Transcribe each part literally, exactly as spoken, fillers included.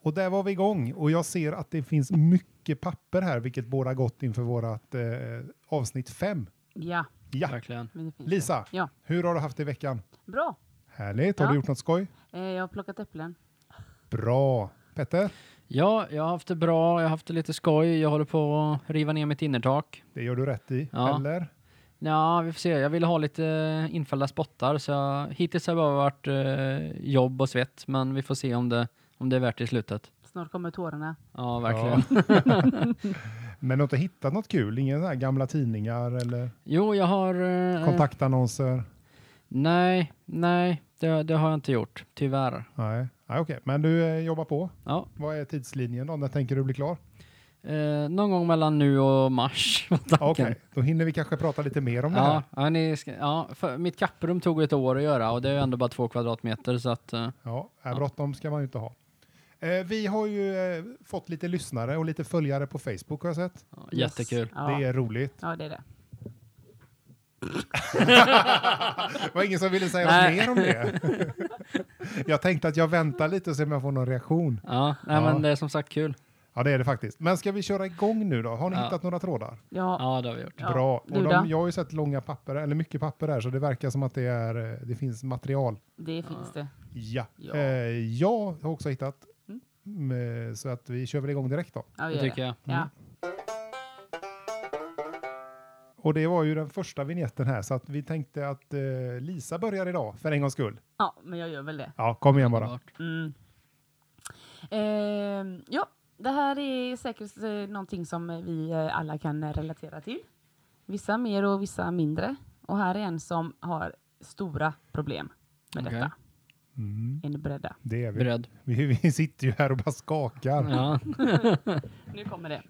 och där var vi igång. Och jag ser att det finns mycket papper här, vilket båda gått inför vårat eh, avsnitt fem. Ja. Ja, verkligen. Lisa, ja. hur har du haft det i veckan? Bra. Härligt, har ja. du gjort något skoj? Eh, jag har plockat äpplen. Bra. Petter? Ja, jag har haft det bra, jag har haft det lite skoj. Jag håller på att riva ner mitt innertak. Det gör du rätt i, ja. eller? Ja, vi får se. Jag ville ha lite infällda spottar, så jag, hittills har det bara varit eh, jobb och svett, men vi får se om det, om det är värt det i slutet. Snart kommer tårarna. Ja, verkligen. Ja. Men du har inte hittat något kul? Inga så här gamla tidningar eller jo, jag har... Eh, kontaktannonser? Nej, nej, det, det har jag inte gjort, tyvärr. Nej, nej okej. Men du eh, jobbar på. Ja. Vad är tidslinjen då? När tänker du bli klar? Eh, någon gång mellan nu och mars. Okej, okay. Då hinner vi kanske prata lite mer om ja, det här. Ja, ni ska, ja för mitt kapprum tog ett år att göra och det är ju ändå bara två kvadratmeter. Så att, eh, ja, är bråttom ska man ju inte ha. Eh, vi har ju eh, fått lite lyssnare och lite följare på Facebook har jag sett. Ja, jättekul. Yes. Ja. Det är roligt. Ja, det är det. Det var ingen som ville säga något mer om det. Jag tänkte att jag väntar lite och ser om jag får någon reaktion. Ja, nej, ja. men det är som sagt kul. Ja, det är det faktiskt. Men ska vi köra igång nu då? Har ni ja. hittat några trådar? Ja, ja det har vi gjort. Ja. Bra. Du och då? de, jag har ju sett långa papper, eller mycket papper här, så det verkar som att det, är, det finns material. Det finns det. Ja. Ja. Eh, jag har också hittat. Mm. Mm, så att vi kör väl igång direkt då. Ja, vi Det gör tycker jag. Ja. Mm. Och det var ju den första vignetten här, så att vi tänkte att eh, Lisa börjar idag för en gångs skull. ja, men jag gör väl det. Ja, kom igen bara. Mm. Eh, ja, det här är säkert eh, någonting som vi eh, alla kan eh, relatera till. Vissa mer och vissa mindre. Och här är en som har stora problem med Okay. detta. Mm. Är ni beredda? Det är vi. Beredd. vi. Vi sitter ju här och bara skakar. Ja. Nu kommer det.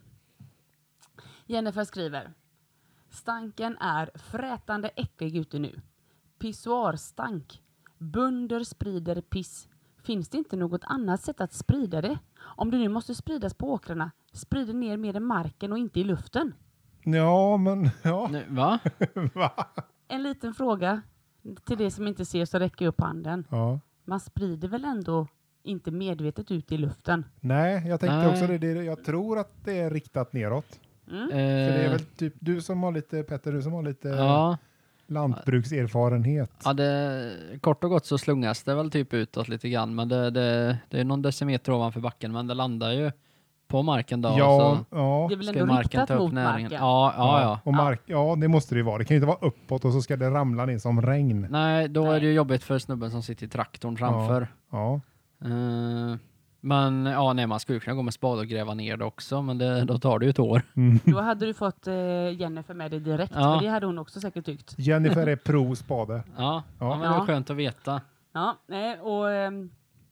Jennifer skriver. Stanken är frätande äcklig ute nu. Pissoarstank. Bunder sprider piss. Finns det inte något annat sätt att sprida det? Om det nu måste spridas på åkrarna, sprider ner mer i marken och inte i luften. Ja, men ja. Nu, va? Va? En liten fråga till det som inte ser, så räcker upp handen. Ja. Man sprider väl ändå inte medvetet ut i luften? Nej, jag tänkte Nej. också det, det. Jag tror att det är riktat neråt. Mm. För det är Eh, väl typ du som har lite, Petter, du som har lite ja. lantbrukserfarenhet. Ja, det, kort och gott så slungas det väl typ utåt lite grann, men det, det, det är någon decimeter ovanför backen, men det landar ju på marken då. Ja, så ja. Det är väl ska ändå marken riktat ta upp mot näringen. marken? Ja, ja, ja. Och mark, ja, det måste det ju vara. Det kan ju inte vara uppåt och så ska det ramla ner som regn. Nej, då Nej. är det ju jobbigt för snubben som sitter i traktorn framför. Ja. Eh, men ja, nej, man skulle kunna gå med spad och gräva ner det också, men det, då tar det ju ett år. Mm. Då hade du fått eh, Jennifer med dig direkt. Ja. För det hade hon också säkert tyckt. Jennifer är pro spade. Ja, Ja. ja. men det är Ja. skönt att veta. Ja, nej, och ehm,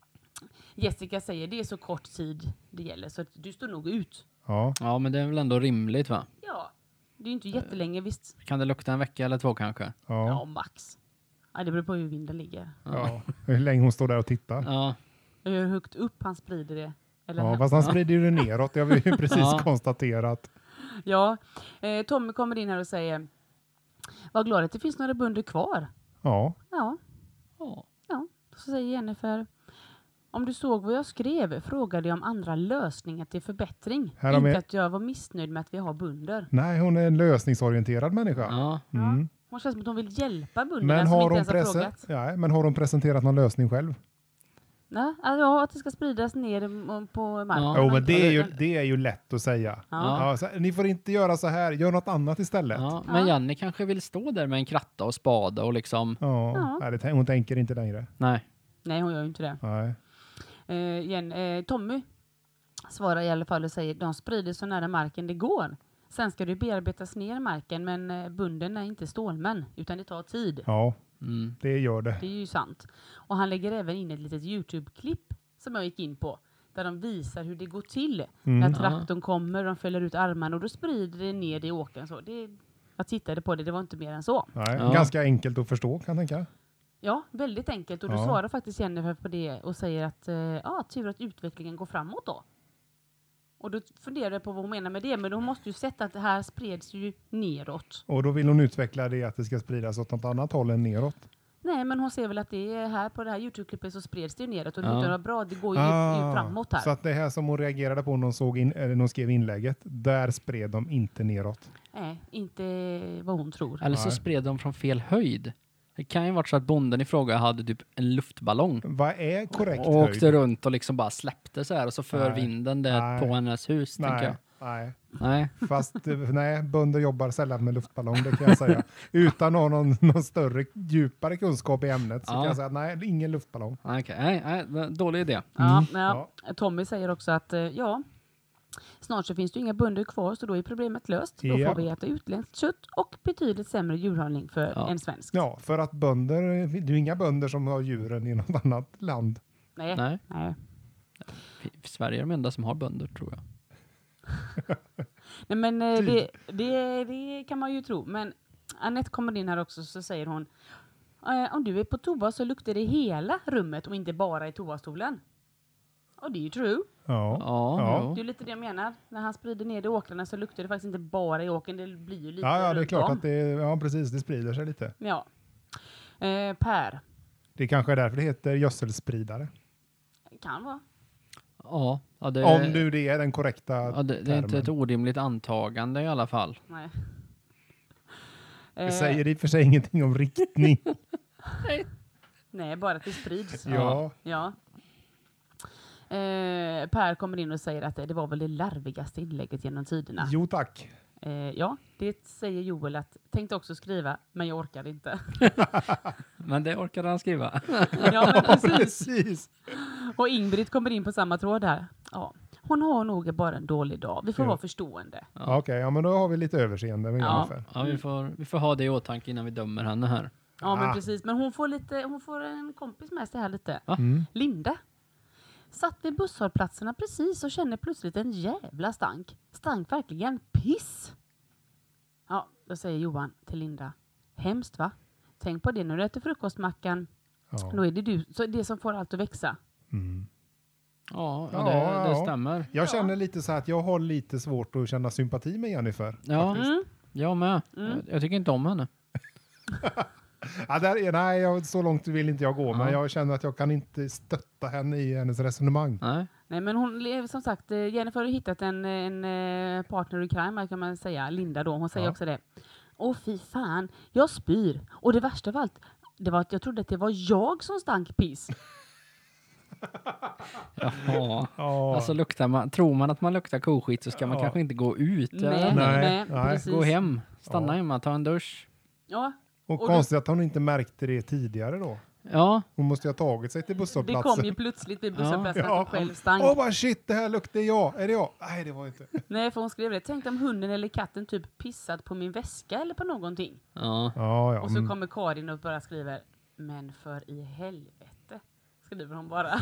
Jessica säger det är så kort tid det gäller, så att du står nog ut. Ja. Ja, men det är väl ändå rimligt, va? Ja, det är ju inte jättelänge, visst. Kan det lukta en vecka eller två kanske? Ja, Ja. max. Ja, det beror på hur vinden ligger. Ja. Hur länge hon står där och tittar. Ja, Hur högt upp han sprider det. Eller Ja, hen. fast han sprider ju det neråt. Det har vi ju precis Ja. konstaterat. Ja, eh, Tommy kommer in här och säger vad glad att det finns några bönder kvar. Ja. Ja, ja. ja. Så säger Jennifer, om du såg vad jag skrev frågade jag om andra lösningar till förbättring. Här har Inte vi- att jag var missnöjd med att vi har bönder. Nej, hon är en lösningsorienterad människa. ja. Mm. Hon känns som att hon vill hjälpa bönderna Men, som har inte hon ens har prese- frågat. ja, men har hon presenterat någon lösning själv? Nej, ja, att det ska spridas ner m- på marken. Ja. Jo, men det är, ju, det är ju lätt att säga. Ja. Ja, så, ni får inte göra så här, gör något annat istället. Ja, Ja. men Janne kanske vill stå där med en kratta och spade och liksom... Ja. Ja. Nej, det, tän- hon tänker inte längre. Nej. Nej, hon gör ju inte det. Nej. Eh, igen, eh, Tommy svarar i alla fall och säger de sprider så nära marken det går. Sen ska det bearbetas ner i marken, men eh, bunden är inte stålmän, utan det tar tid. Ja, Mm. det gör det. Det är ju sant. Och han lägger även in ett litet YouTube-klipp som jag gick in på, där de visar hur det går till Mm. när traktorn kommer, de fäller ut armarna och då sprider det ner det i åkern. Så det, jag tittade på det, det var inte mer än så. Nej, Ja. ganska enkelt att förstå kan jag tänka. Ja, väldigt enkelt. Och då Ja. svarar faktiskt Jennifer på det och säger att eh, ja, tur att utvecklingen går framåt då. Och då funderar jag på vad hon menar med det, men hon måste ju sätta att det här spreds ju neråt. Och då vill hon utveckla det att det ska spridas åt något annat håll än neråt. Nej, men hon ser väl att det är här på det här YouTube-klippet så spreds det ju neråt och det Ja. var bra, det går ju Ah, ut framåt här. Så att det här som hon reagerade på när hon, såg in, eller när hon skrev inlägget, där spred de inte neråt. Nej, inte vad hon tror. Eller så Nej. spred de från fel höjd. Det kan ju varit så att bonden i fråga hade typ en luftballong. Vad är korrekt Och höjd? åkte runt och liksom bara släppte så här och så för Nej. vinden det Nej. på hennes hus, tänker Nej, jag. nej. Nej. Fast eh, nej, bönder jobbar sällan med luftballong, det kan jag säga. Utan att ha någon, någon större, djupare kunskap i ämnet så Ja. kan jag säga att nej, det är ingen luftballong. Nej, okej. nej, nej, det är en dålig idé. Ja, Mm. ja. Tommy säger också att eh, ja, snart så finns det ju inga bönder kvar så då är problemet löst. Då Ja. får vi äta utländskt kött och betydligt sämre djurhållning för Ja. en svensk. Ja, för att bönder, det är ju inga bönder som har djuren i något annat land. Nej. Nej. Nej. Sverige är de enda som har bönder, tror jag. Nej, men eh, Typ. det, det, det kan man ju tro. Men Annette kommer in här också så säger hon eh, om du är på toa så luktar det hela rummet och inte bara i toastolen. Och det är ju true. Ja. Ja, Ja. jo. Det är ju lite det jag menar. När han sprider ner det i åkrarna så luktar det faktiskt inte bara i åkern. Det blir ju lite Ja, ja, det är runt klart om. att det, ja, precis, det sprider sig lite. Ja. Eh, per. Det kanske är därför det heter gödselspridare. Kan vara. Ja, ja, det, Om nu det är den korrekta ja, det, det är inte termen. ett orimligt antagande i alla fall. Nej. Det Eh, säger i och för sig ingenting om riktning. nej, bara att det sprids. Ja. Ja. Eh, per kommer in och säger att det var väl det larvigaste inlägget genom tiderna. Jo tack. Eh, ja, det säger Joel att tänkte också skriva, men jag orkade inte. Men det orkade han skriva. Ja, men precis. Precis. Och Ingrid kommer in på samma tråd här. Ja, hon har nog bara en dålig dag. Vi får Ja. vara förstående. Ja. Okej, ja men då har vi lite överseende med Ja. Jennifer. Ja, vi får, vi får ha det i åtanke innan vi dömer henne här. Ja, men Ah. precis. Men hon får, lite, hon får en kompis med sig här lite. Mm. Linda. Satt vid busshållplatserna precis och kände plötsligt en jävla stank. Stank verkligen piss. Ja, då säger Johan till Linda. Hemskt va? Tänk på det när du äter frukostmackan. Ja. Då är det du, så det som får allt att växa. Mm. Ja, ja, Ja, det, det ja. stämmer. Jag Ja. känner lite så här att jag har lite svårt att känna sympati med Jennifer. Ja, Mm. jag med. Mm. Jag, jag tycker inte om henne. Ja, där är, nej, jag, så långt vill inte jag gå, Ja. men jag känner att jag kan inte stötta henne i hennes resonemang. Nej. Nej, men hon, le- som sagt, eh, Jennifer har hittat en, en eh, partner i crime, kan man säga. Linda då, hon säger Ja. också det. Åh fy fan, jag spyr. Och det värsta av allt, det var att jag trodde att det var jag som stank piss. Jaha. Ja. Alltså luktar man, tror man att man luktar koskit så ska man Ja. kanske inte gå ut. Nej, eller? Nej, nej, nej. precis. Gå hem, stanna Ja. hemma, ta en dusch. Ja, och och konstigt att hon inte märkte det tidigare då. Ja, Hon måste ju ha tagit sig till det busshållplatsen. kom ju plötsligt vid busshållplatsen Ja. att hon själv stank. Åh, bara shit, det här luktar jag. Är det jag? Nej, det var inte. Nej, för hon skrev det. Tänk om hunden eller katten typ pissat på min väska eller på någonting. ja. Ja, ja. Och så mm. kommer Karin och bara skriver, men för i helvete, skriver hon bara.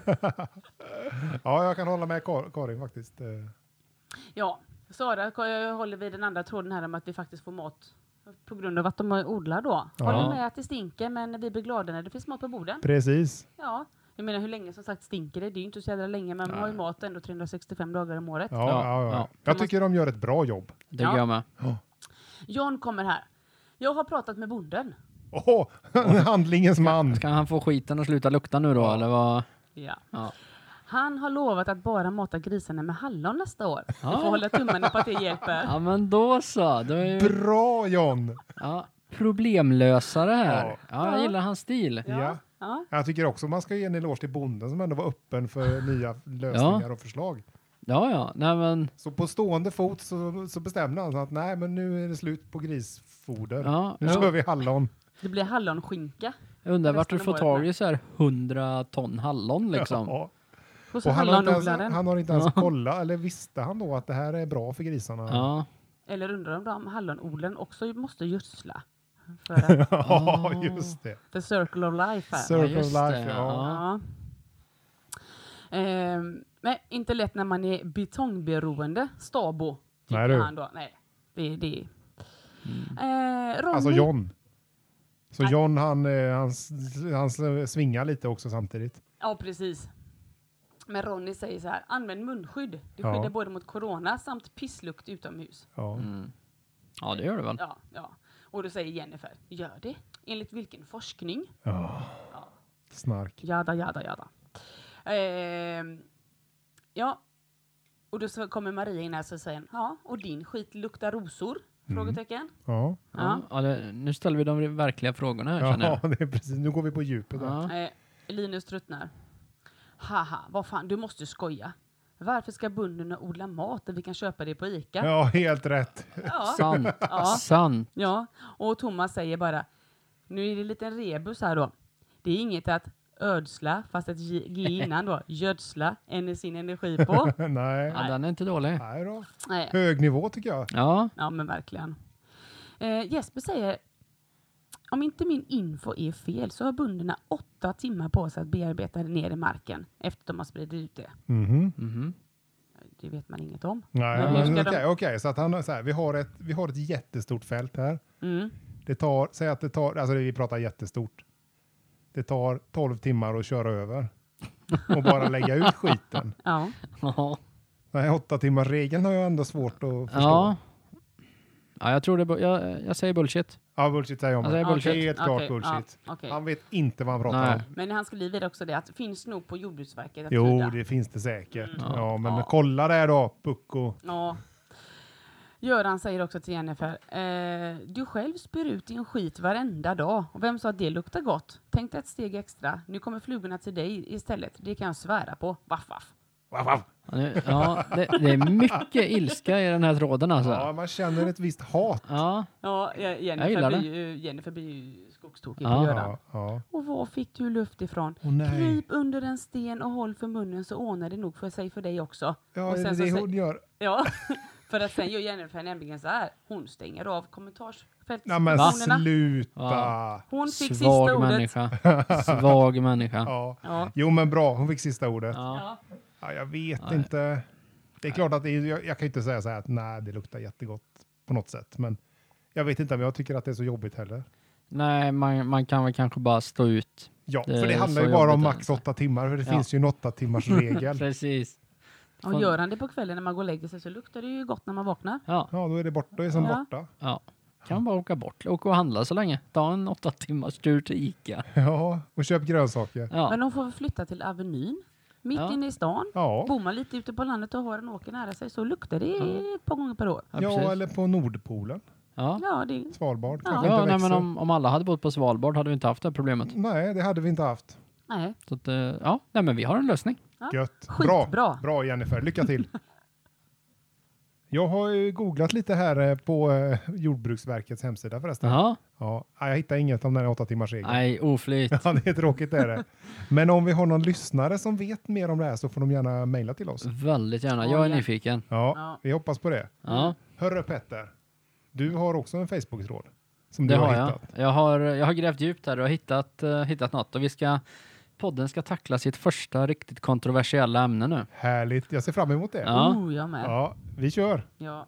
Ja, jag kan hålla med Kar- Karin faktiskt. Eh, Ja, Sara jag håller vid den andra tråden här om att vi faktiskt får mat på grund av att de odlar då. Ja. Håller med att det stinker, men vi blir glada när det finns mat på borden. Precis. Ja, jag menar hur länge som sagt stinker det? Det är ju inte så jävla länge, men man har ju mat ändå trehundrasextiofem dagar om året. Ja, Ja, ja, ja. ja. Jag tycker de gör ett bra jobb. Det tycker Ja. jag med. John kommer här. Jag har pratat med bonden. Åh, handlingens man. Ska han få skiten och sluta lukta nu då, Ja. eller vad? Ja. Ja. Han har lovat att bara mata grisarna med hallon nästa år. Vi Ja. får hålla tummarna på att det hjälper. Ja, men då så. Då är ju, Bra John! ja, problemlösare här. Ja. Ja, jag gillar hans stil. Ja. Ja. Jag tycker också man ska ge en eloge till bonden som ändå var öppen för nya lösningar och förslag. Ja, ja. Nej, men, Så på stående fot så, så bestämde han att nej, men nu är det slut på grisfoder. ja. Nu Jag kör vi hallon. Det blir hallonskinka. jag undrar vart du resten av får året tag i så här hundra ton hallon liksom. Ja. Hos Och han har, inte ens, hallonodlaren. han har inte ens Ja. kollat, eller visste han då att det här är bra för grisarna? Ja. Eller undrar om de hallonodlaren också måste gödsla. För att, Ja, just det. the circle of life här. Circle just of det, life, ja. ja. Ja. Ehm, men inte lätt när man är betongberoende. Stabo. tycker Nej, du. han då. Nej, det det. Mm. Eh, Ronny. Alltså John. Så Nej. John han, eh, han, s- han s- svingar lite också samtidigt. Ja, precis. Men Ronny säger så här. Använd munskydd. Det Ja. skyddar både mot corona samt pisslukt utomhus. Ja. Mm. Ja, det gör det väl. Ja, ja. Och då säger Jennifer, gör det. Enligt vilken forskning? Ja. Snark. Jada, jada, jada. Eh, ja, och då så kommer Maria in här och säger, ja, och din skit luktar rosor? Mm. Frågetecken. Ja. Ja. Ja, det, nu ställer vi de verkliga frågorna här, känner Ja, jag. det är precis. Nu går vi på djupet. där. Ja. Eh, Linus tröttnar. Haha, vad fan, du måste skoja. Varför ska bönderna odla mat där vi kan köpa det på Ica? Ja, helt rätt. Ja. Sant. Ja. Sant. Ja, och Thomas säger bara, nu är det en liten rebus här då. Det är inget att ödsla, fast ett G G innan då, gödsla en sin energi på. Nej. Ja, den är inte dålig. Nej då. Nej. Hög nivå tycker jag. Ja, Ja, men verkligen. Eh, Jesper säger, om inte min info är fel så har bönderna åtta timmar på sig att bearbeta det ner i marken efter att de har spridit ut det. Mhm. mhm. Det vet man inget om. Nej, Men hur men ska okej, de- okej, så att han så här, vi har ett vi har ett jättestort fält här. Mm. Det tar, säg att det tar, alltså vi pratar jättestort. Det tar tolv timmar att köra över och bara lägga ut skiten. Ja. Ja. Nej, åtta timmars regeln har jag ändå svårt att förstå. Ja. Ja, jag tror det. bu- Jag, jag säger bullshit. Ja, bullshit säger jag Ja, det är med. bullshit. Helt klart Okej, bullshit. ja, okej. Han vet inte vad han pratar Nej. om. Men han skriver också det att det finns nog på Jordbruksverket att Jo, tyda. det finns det säkert. Mm. Ja, men Ja. kolla där då, Pucko. Ja. Göran säger också till Jennifer, eh, du själv spyr ut din skit varenda dag. Och vem sa att det luktar gott? Tänk dig ett steg extra. Nu kommer flugorna till dig istället. Det kan jag svära på. Vaff, vaff. Waff, waff. Ja, det, ja, det, det är mycket ilska i den här tråden alltså. Ja, man känner ett visst hat. Ja, Ja, Jag Jennifer gillar blir, det. ju, Jennifer blir ju skogstokig Ja. på Göran. Ja, ja. Och var fick du luft ifrån? Åh nej. Kryp under en sten och håll för munnen så ordnar det nog för sig för dig också. Ja, Och är sen det så det sä- hon gör? Ja, för att sen gör Jennifer nämligen så här. Hon stänger av kommentarsfältsfunktionerna. Nej, men sluta. Ja. Hon fick sista svag ordet. människa. Svag människa. Ja. Ja. Jo, men bra. Hon fick sista ordet. Ja. Ja. Ja, jag vet Nej. inte. Det är klart att det är, jag, jag kan ju inte säga så här att nej, det luktar jättegott på något sätt. Men jag vet inte om jag tycker att det är så jobbigt heller. Nej, man, man kan väl kanske bara stå ut. Ja, Det för det är handlar så ju bara om jobbigt, max alltså. åtta timmar. För det Ja. finns ju en åtta timmars regel. Precis. Och gör han det på kvällen när man går och lägger sig så luktar det ju gott när man vaknar. Ja, Ja, då är det borta. Då är det som Ja. borta. ja. Kan man bara åka bort. Åka och handla så länge. Ta en åtta timmars tur till Ica. Ja, och köp grönsaker. Ja. Men de får väl flytta till Avenyn. Mitt Ja. inne i stan. Ja, Bor man lite ute på landet och har en åker nära sig så luktar det ett par gånger per år. Ja, ja precis. eller på Nordpolen. Ja. Ja, det Svalbard. Ja. Kanske Ja, inte nej, växer. men om, om alla hade bott på Svalbard hade vi inte haft det här problemet. Nej, det hade vi inte haft. nej. Så att, eh, ja, nej, men vi har en lösning. Ja. Gött. Bra. Skitbra. Bra Jennifer, lycka till. Jag har ju googlat lite här eh, på eh, Jordbruksverkets hemsida förresten. Jaha. Ja, jag hittar inget om den här åtta timmars regeln. Nej, oflyt. Ja, det är tråkigt det är det. Men om vi har någon lyssnare som vet mer om det här så får de gärna mejla till oss. Väldigt gärna. Ja, Jag är ja. nyfiken. Ja, Ja. vi hoppas på det. Ja, Hörru Petter, du har också en Facebook-tråd som det du har, har jag. hittat. Jag har, jag har grävt djupt här och hittat, uh, hittat något. Och vi ska, podden ska tackla sitt första riktigt kontroversiella ämne nu. Härligt, jag ser fram emot det. Ja. Oh, jag med. Ja. Ja, vi kör.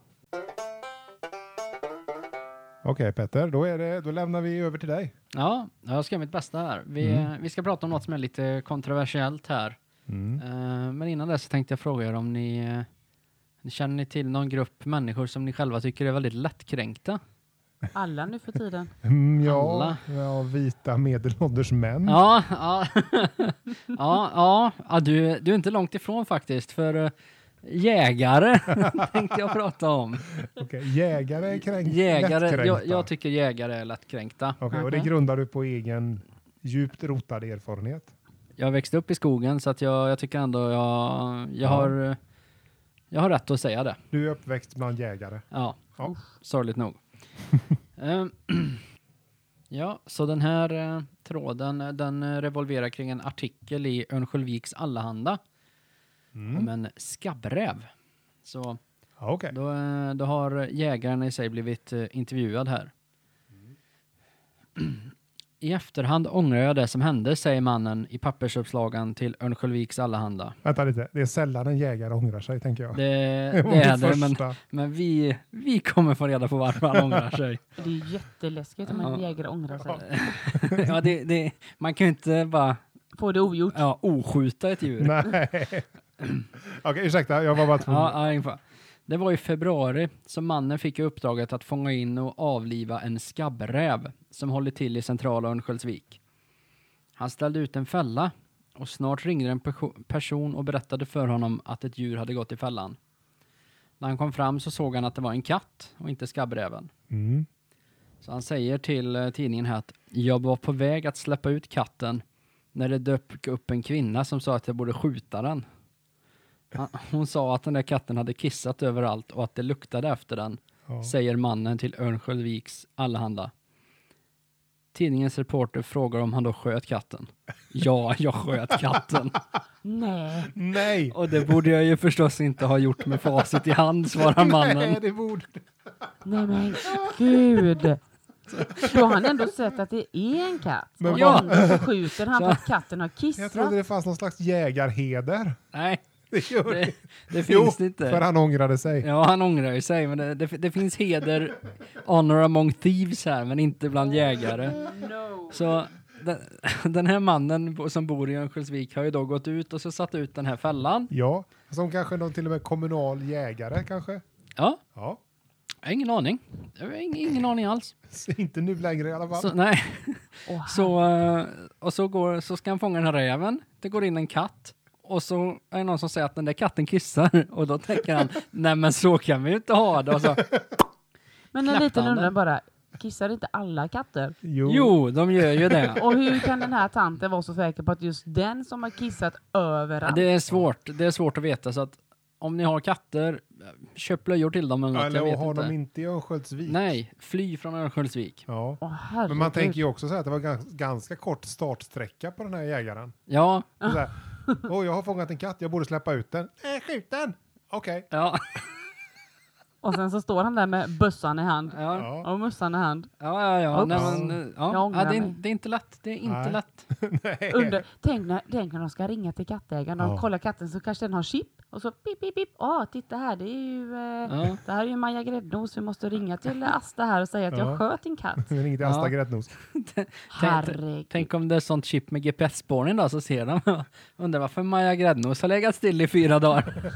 Okej Petter, då, är det, då lämnar vi över till dig. Ja, jag ska göra mitt bästa här. Vi, Mm. vi ska prata om något som är lite kontroversiellt här. Mm. Eh, men innan det så tänkte jag fråga er om ni, eh, känner ni till någon grupp människor som ni själva tycker är väldigt lättkränkta? Alla nu för tiden. Mm, ja, Alla. ja, vita medelålders män. Ja, ja. ja, ja, ja du, du är inte långt ifrån faktiskt. För eh, jägare tänkte jag prata om. Okej, jägare är kränk- Jägare, lättkränkta. jag, jag tycker jägare är lättkränkta. Okej, och det Okej. grundar du på egen djupt rotad erfarenhet? Jag växte upp i skogen så att jag, jag tycker ändå jag, jag, Ja. har, eh, jag har rätt att säga det. Du är uppväxt bland jägare. Ja, Ja. sorgligt nog. Ehm, ja, så den här eh, tråden eh, den eh, revolverar kring en artikel i Örnsköldsviks Allehanda Mm. om en skabbräv. Så Ja, okej. då, eh, då har jägaren i sig blivit eh, intervjuad här. I efterhand ångrar jag det som hände, säger mannen i pappersuppslagan till Örnsköldsviks Allehanda. Vänta lite, det är sällan en jägare ångrar sig, tänker jag. Det, Om det är det, men, första. men vi, vi kommer få reda på varför han ångrar sig. Det är jätteläskigt om en Ja. jägare ångrar sig. Ja, det, det, man kan ju inte bara Få det ogjort. ja, oskjuta ett djur. Nej. Okej, ursäkta, jag var bara tvungen. Ja, ja, ungefär. Det var i februari som mannen fick uppdraget att fånga in och avliva en skabbräv som håller till i centrala Örnsköldsvik. Han ställde ut en fälla och snart ringde en perso- person och berättade för honom att ett djur hade gått i fällan. När han kom fram så såg han att det var en katt och inte skabbräven. Mm. Så han säger till eh, tidningen här att jag var på väg att släppa ut katten när det dök upp en kvinna som sa att jag borde skjuta den. Han, hon sa att den där katten hade kissat överallt och att det luktade efter den, Ja. säger mannen till Örnsköldsviks Allehanda. Tidningens reporter frågar om han då sköt katten. Ja, jag sköt katten. Nej. Nej! Och det borde jag ju förstås inte ha gjort med facit i hand, svarar mannen. Nej, det borde... Nej men gud. Då har han ändå sett att det är en katt. Men Och vad- ändå så skjuter han för att katten har Jag trodde kissat. det fanns någon slags jägarheder. Nej, Det gör det. det, det Jo, finns det inte. för han ångrade sig. Ja, han ångrar ju sig, men det, det, det finns heder, honor among thieves här, men inte bland jägare. No. Så den, den här mannen som bor i Örnsköldsvik har ju då gått ut och så satt ut den här fällan. Ja, som kanske någon till och med kommunal jägare kanske. Ja, Ja, jag har ingen aning. Jag har ingen, ingen aning alls. så inte nu längre i alla fall. Så, nej. Åh, Så, eh, och så, går, så ska han fånga den här räven. Det går in en katt. Och så är det någon som säger att den där katten kissar. Och då tänker han, nej men så kan vi ju inte ha det. Och så, Men en knappar liten han undran den. bara. Kissar inte alla katter? Jo. jo, de gör ju det. Och hur kan den här tanten vara så säker på att just den som har kissat överallt? Det är svårt, det är svårt att veta. Så att om ni har katter, köp blöjor till dem eller något. Eller jag vet har inte. de inte i Örnsköldsvik? Nej, fly från Örnsköldsvik. Ja. Åh, herregud. Men man tänker ju också så här att det var gans- ganska kort startsträcka på den här jägaren. Ja, Så här, Åh, jag har fångat en katt, jag borde släppa ut den. Nej, skjut den! Okej. ja, Och sen så står han där med bössan i hand. ja. Ja. Och mussan i hand. Ja, ja, ja. Oops. Nej, men, eh, ja. Jag ångrar ja det, är, mig. det är inte lätt. Det är inte Nej. lätt. Nej. Under, tänk, när, tänk när de ska ringa till kattägaren. De Ja. kollar katten så kanske den har chip. Och så pip, pip, pip. Åh, titta här. Det är ju, eh, Ja. det här är ju Maja Gräddnos. Vi måste ringa till Asta här och säga att Ja. jag sköt din katt. Vi ringer till Asta Ja. Gräddnos. Herregud. Tänk om det är sånt chip med G P S-spårning då, så ser de. Undrar varför Maja Gräddnos har legat still i fyra dagar.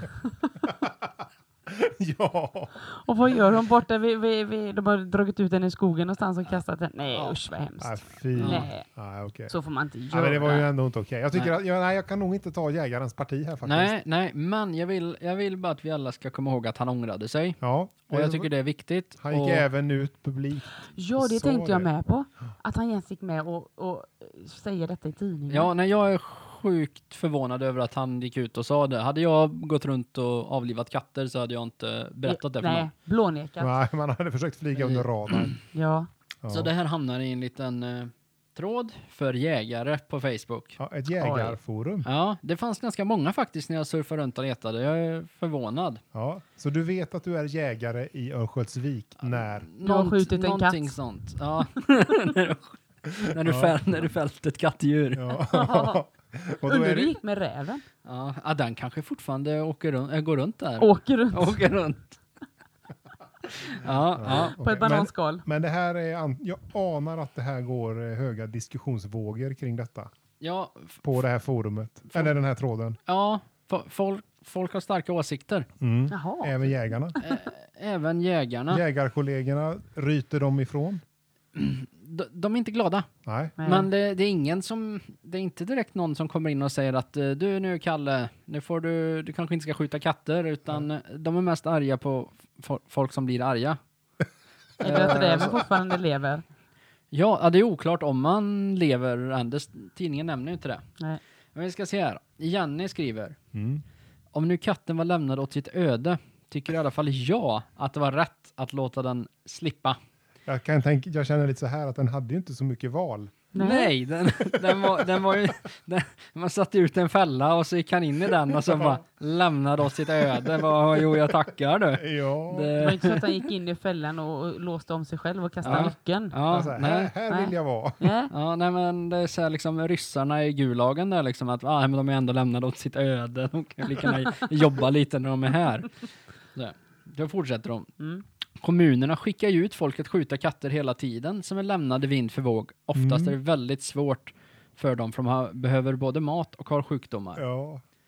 Ja. Och vad gör de borta? Vi, vi, vi, de har dragit ut den i skogen någonstans och kastat den. Nej, Ja. usch vad hemskt. Nej, fy. Nej. Nej, okej. Så får man inte Ja, göra. men det var ju ändå inte okej. Jag tycker Nej. att, ja, nej, jag kan nog inte ta jägarens parti här faktiskt. Nej, nej, men jag vill, jag vill bara att vi alla ska komma ihåg att han ångrade sig. Ja. Och jag tycker det är viktigt. Han gick och, även ut publikt. Ja, det Sa tänkte jag det. med på. Att han ens gick med och, och säger detta i tidningen. Ja, nej, jag är sjukt förvånad över att han gick ut och sa det. Hade jag gått runt och avlivat katter så hade jag inte berättat det för Nej, någon. blånekat. Nej, man hade försökt flyga under radarn. Ja. Ja. Så det här hamnar i en liten eh, tråd för jägare på Facebook. Ja, ett jägarforum. Ja, det fanns ganska många faktiskt när jag surfade runt och letade. Jag är förvånad. Ja. Så du vet att du är jägare i Örnsköldsvik när... Du har skjutit en någonting katt. sånt. Ja. när du, när du, Ja. fäll, när du fällt ett kattdjur. Ja. Ja. Och då Undrar är hur det det... gick med räven? Ja, den kanske fortfarande åker runt, äh, går runt där. Åker runt Åker runt. ja, ja. på Okej, ett bananskal. Men det här är... an- Jag anar att det här går eh, höga diskussionsvågor kring detta. Ja, f- På det här forumet. Eller den här tråden. ja f- folk, folk har starka åsikter. Mm. Jaha. Även jägarna. Ä- även jägarna. Jägarkollegorna ryter de ifrån. De, de är inte glada. Nej. Nej. Men det, det är ingen som, det är inte direkt någon som kommer in och säger att eh, du nu Kalle, nu får du, du kanske inte ska skjuta katter, utan eh, de är mest arga på fo- folk som blir arga. Eller att räven fortfarande lever. Ja, ja, det är oklart om man lever än. Det- Tidningen nämner ju inte det. Nej. Men vi ska se här. Janne skriver, Mm. om nu katten var lämnad åt sitt öde, tycker i alla fall jag att det var rätt att låta den slippa. Jag, kan tänka, jag känner lite så här att den hade ju inte så mycket val. Nej. Nej, den, den, var, den var ju... Den, man satte ut en fälla och så gick han in i den och så bara lämnade oss sitt öde. Bara, jo, jag tackar du. Ja. Det var Det, inte så att han gick in i fällan och, och låste om sig själv och kastade Ja. nyckeln. ja, Alltså, här, nej. här Nej. vill jag vara. Nej. Ja, nej, men det är så här liksom ryssarna i Gulagen där liksom att ah, men de är ändå lämnade åt sitt öde. De kan lika gärna jobba lite när de är här. Så, då fortsätter de. Mm. Kommunerna skickar ju ut folk att skjuta katter hela tiden som är lämnade vind för våg. Oftast Mm. är det väldigt svårt för dem för de har, behöver både mat och har sjukdomar. Ja.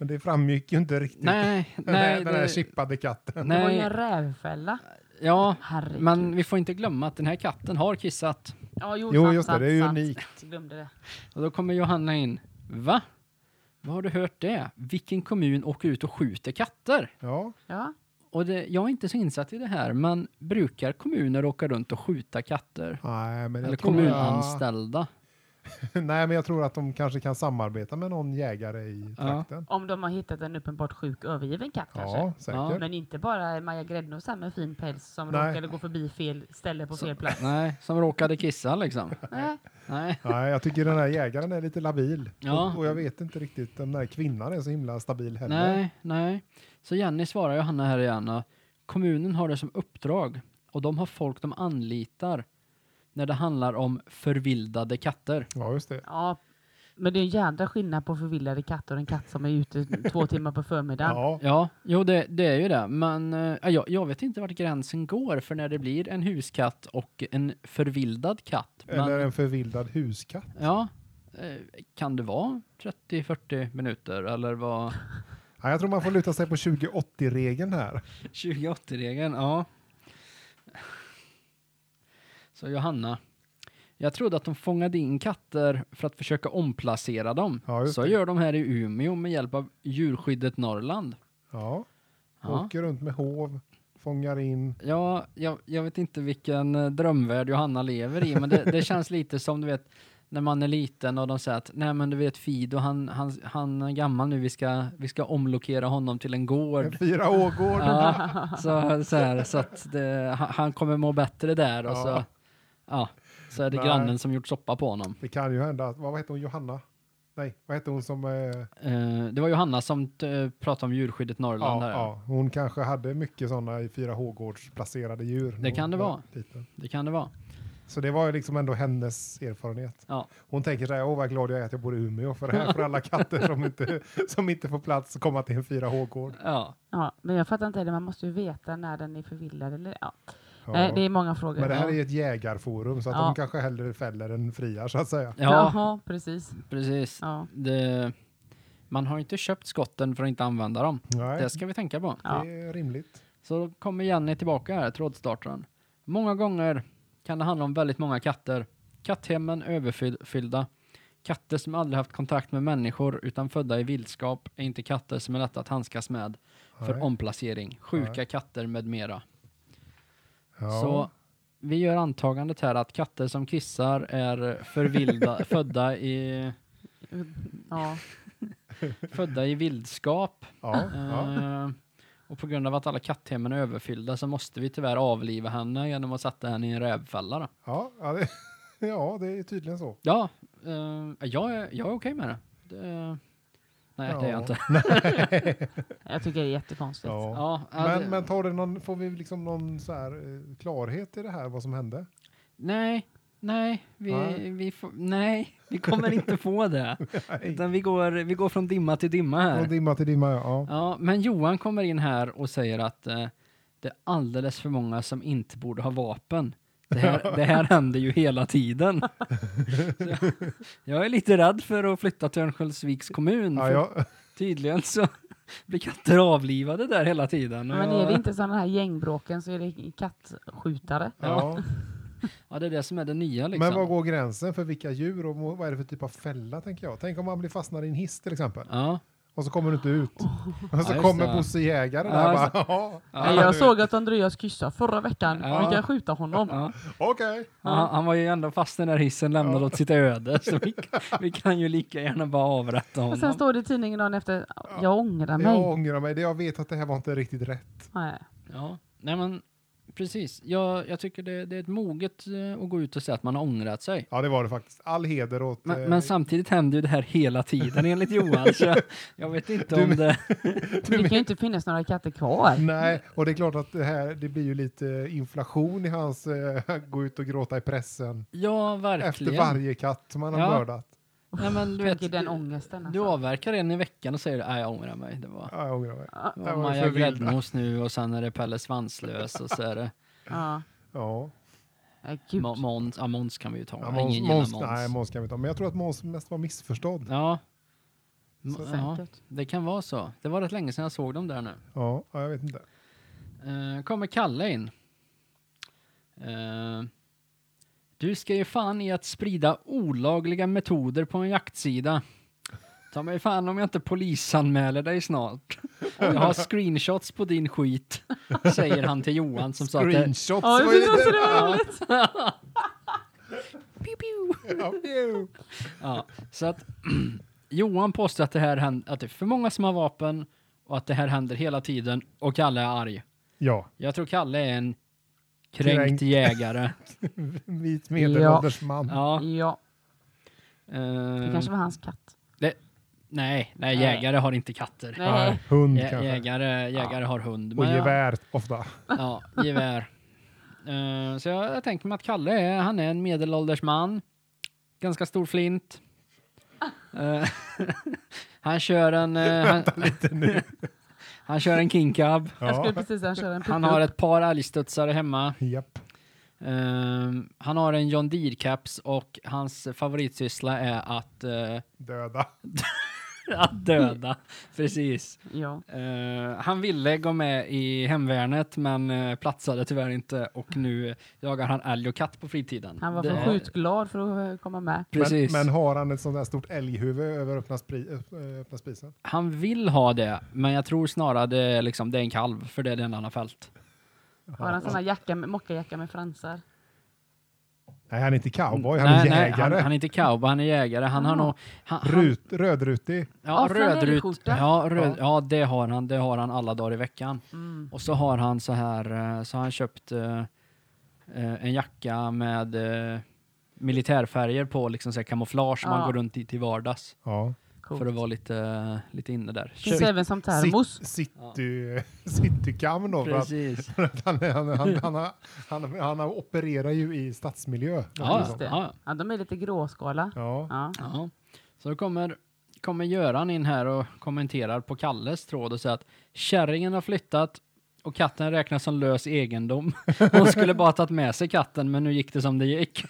Men det framgick ju inte riktigt. Nej, den, här, nej. den här det, chippade katten. Det var ju nej. en rävfälla. Ja, Herregud. men vi får inte glömma att den här katten har kissat. Ja, jo, Jo, sant, just det, sant, det är ju sant. unikt. Glömde det. Och då kommer Johanna in. Va? Vad har du hört det? Vilken kommun åker ut och skjuter katter? Ja, Ja. Och det, jag är inte så insatt i det här, men brukar kommuner åka runt och skjuta katter? nej, men Eller jag tror, kommunanställda? ja, nej, men jag tror att de kanske kan samarbeta med någon jägare i Ja. trakten. Om de har hittat en uppenbart sjuk övergiven katt kanske. Ja, säkert. Ja. Men inte bara Maja Gräddnos här med fin päls som Nej. råkade gå förbi fel ställe på fel plats. Nej, som råkade kissa liksom. Nej. Nej. Nej, jag tycker den här jägaren är lite labil. Ja. Och, och jag vet inte riktigt om den här kvinnan är så himla stabil heller. Nej, nej. Så Jenny svarar Johanna här igen. och Kommunen har det som uppdrag och de har folk de anlitar när det handlar om förvildade katter. Ja, just det. Ja, men det är en jädra skillnad på förvildade katter och en katt som är ute två timmar på förmiddagen. Ja, Ja, jo det, det är ju det. Men äh, jag, jag vet inte vart gränsen går för när det blir en huskatt och en förvildad katt. Men, eller en förvildad huskatt. Ja, eh, kan det vara trettio till fyrtio minuter eller vad? Ja, jag tror man får luta sig på tjugo åttio-regeln här. tjugo åttio-regeln, ja. Så Johanna, jag trodde att de fångade in katter för att försöka omplacera dem. Ja, just Så det. gör de här i Umeå med hjälp av djurskyddet Norrland. Ja, Ja, åker runt med hov, fångar in. ja jag, jag vet inte vilken eh, drömvärld Johanna lever i, men det, det känns lite som du vet när man är liten och de säger att nej men du vet Fido, han, han, han är gammal nu, vi ska, vi ska omlokera honom till en En gård. fyra Å-gård. Ja, så, så, här, så att det, han, han kommer må bättre där och Ja. så, ja, så är det Nej. grannen som gjort soppa på honom. Det kan ju hända att, vad heter hon, Johanna? Nej, vad heter hon som... Eh, Eh, det var Johanna som t- pratade om djurskyddet Norrland. ja, Här. ja, hon kanske hade mycket sådana i fyra H-gårdsplacerade djur. Det kan det Hon var vara. liten. Det kan det vara. Så det var ju liksom ändå hennes erfarenhet. Ja. Hon tänker så här, åh vad glad jag är att jag bor i Umeå för det här för alla katter som inte, som inte får plats att komma till en fyra H-gård. Ja. Ja, men jag fattar inte det. Man måste ju veta när den är förvildad eller ja. Ja. Nej, det är många frågor. Men det här ja. är ett jägarforum så att Ja. de kanske hellre fäller än friar så att säga. Ja, Jaha, precis. precis. Ja. Det, man har inte köpt skotten för att inte använda dem. Nej, Det ska vi tänka på. Ja. det är rimligt. Så då kommer Jenny tillbaka här, trådstartaren. Många gånger kan det handla om väldigt många katter. Katthemmen överfyllda. Katter som aldrig haft kontakt med människor utan födda i vildskap är inte katter som är lätta att handskas med för Nej. omplacering. Sjuka Nej. katter med mera. Ja. Så vi gör antagandet här att katter som kissar är förvilda, födda i Ja. födda i vildskap. Ja, ja. Eh, och på grund av att alla katthemmen är överfyllda så måste vi tyvärr avliva henne genom att sätta henne i en rävfälla. Då. Ja, ja, det, ja, det är tydligen så. Ja, eh, jag är, jag är okej med det. det nej, Ja. det är jag inte. Jag tycker det är jättekonstigt. Ja. Ja, ja, Men, det, men tar det någon, får vi liksom någon så här, eh, klarhet i det här, vad som hände? nej, nej, vi, Nej. vi får, nej, vi kommer inte få det. Nej. Utan vi går, vi går från dimma till dimma här. Från dimma till dimma, ja. Ja, men Johan kommer in här och säger att eh, det är alldeles för många som inte borde ha vapen. Det här, det här händer ju hela tiden. Så jag, jag är lite rädd för att flytta till Örnsköldsviks kommun. Ja, för ja. Tydligen så blir katter avlivade där hela tiden. Och Men jag, är det inte sådana här gängbråken så är det kattskjutare. ja. Ja, det är det som är det nya liksom. Men var går gränsen för vilka djur och vad är det för typ av fälla, tänker jag? Tänk om man blir fastnad i en hiss till exempel. Ja, Och så kommer du inte ut. Och så just kommer det. Bosse Jägare Ja, där just bara, ja, Nej, jag såg att Andreas kissade förra veckan. Ja. Vi kan skjuta honom. ja. okej. Han, han var ju ändå fast i den där hissen, lämnad Ja. åt sitt öde. Så vi, vi kan ju lika gärna bara avrätta honom. Och sen står det i tidningen dagen efter, jag ångrar mig. Jag ångrar mig. Det jag vet att det här var inte riktigt rätt. Nej. Ja, nej men precis. Jag, jag tycker det, det är ett moget eh, att gå ut och säga att man har ångrat sig. Ja, det var det faktiskt. All heder åt... Men, eh, men samtidigt händer ju det här hela tiden enligt Johan. Så jag, jag vet inte Du om men- det... Det kan ju inte finnas några katter kvar. Nej, och det är klart att det här, det blir ju lite inflation i hans eh, gå ut och gråta i pressen. Ja, verkligen. Efter varje katt som han har Ja. mördat. Nej, men du vet, Tänker den du, ångesten. du Alltså. avverkar en i veckan och säger nej, jag ångrar mig. Det var, Ja, jag ångrar mig. Ja. det det var var Maja för vild. Gräddnos nu och sen är det Pelle Svanslös och så är det Ja. Ja. Ja, gud. Mo- Måns. Ja, Måns kan vi ju ta. Ja, Ingen Måns, gillar Måns, Måns. nej, Måns kan vi ta. Men jag tror att Måns mest var missförstådd. Ja, Så, Ja, Säkert. det kan vara så. Det var rätt länge sedan jag såg dem där nu. ja, ja, jag vet inte. Uh, kommer Kalle in. Uh, du ska ju fan i att sprida olagliga metoder på en jaktsida. Ta mig fan om jag inte polisanmäler dig snart. Jag har screenshots på din skit, säger han till Johan som sa att det... Screenshots, Ja, jag vad är tyckte också det det? var roligt. Pew, pew. Ja, pew. Ja, så att Johan påstår att det här händer, att det är för många som har vapen och att det här händer hela tiden och Kalle är arg. Ja, Jag tror Kalle är en kränkt, Kränkt. jägare. vit medelålders man. Ja. Ja, eh, det kanske var hans katt. nej, nej, Nej. jägare har inte katter. Nej. Nej, hund Jä- kanske. jägare jägare har hund. Och Men gevär ofta. Ja, ja, gevär. Eh, så jag, jag tänker mig att Kalle är, han är en medelålders man. Ganska stor flint. Eh, han kör en... eh, han, Lite nu. han kör en King Cab. Jag skulle Ja, precis säga köra en Han pick-up. har ett par älgstudsare hemma. japp. Ehm, han har en John Deere-caps och hans favoritsyssla är att, eh, Döda. att döda. Precis. Ja. Eh, han ville gå med i hemvärnet men uh, platsade tyvärr inte och nu jagar han älg och katt på fritiden. Han var Det för är- skjutglad för att eh, komma med. Precis. Men, men har han ett sånt där stort älghuvud över öppna, spri, ö- öppna spisen? Han vill ha det, men jag tror snarare det är, liksom, det är en kalv för det är det enda han har fält. Har han sån här jacka med, mockajacka med fransar? Nej, han är inte cowboy, han nej, är nej, jägare. han, han är inte cowboy, han är jägare. Han har Ah. nog... Han, han, Rut, rödrutig. ja, Ja, rödrut. flanellskjorta. Ja, röd, Ja. ja, det har han. Det har han alla dagar i veckan. Mm. Och så har han så här, eh, så har han köpt eh, eh, en jacka med eh, militärfärger på, liksom så här kamouflage som Ja. han går runt i till vardags. Ja. Coolt. För att vara lite, lite inne där. Finns Kör- även som termos. Sit- City, citykam då. För att, Precis. för att han, han, han, han, har- han, han har opererar ju i stadsmiljö. Ja, Just det. ja, Ja, de är lite gråskala. Ja. Ja. ja. Så då kommer, kommer Göran in här och kommenterar på Kalles tråd och säger att kärringen har flyttat och katten räknas som lös egendom. Hon skulle bara tagit med sig katten men nu gick det som det gick.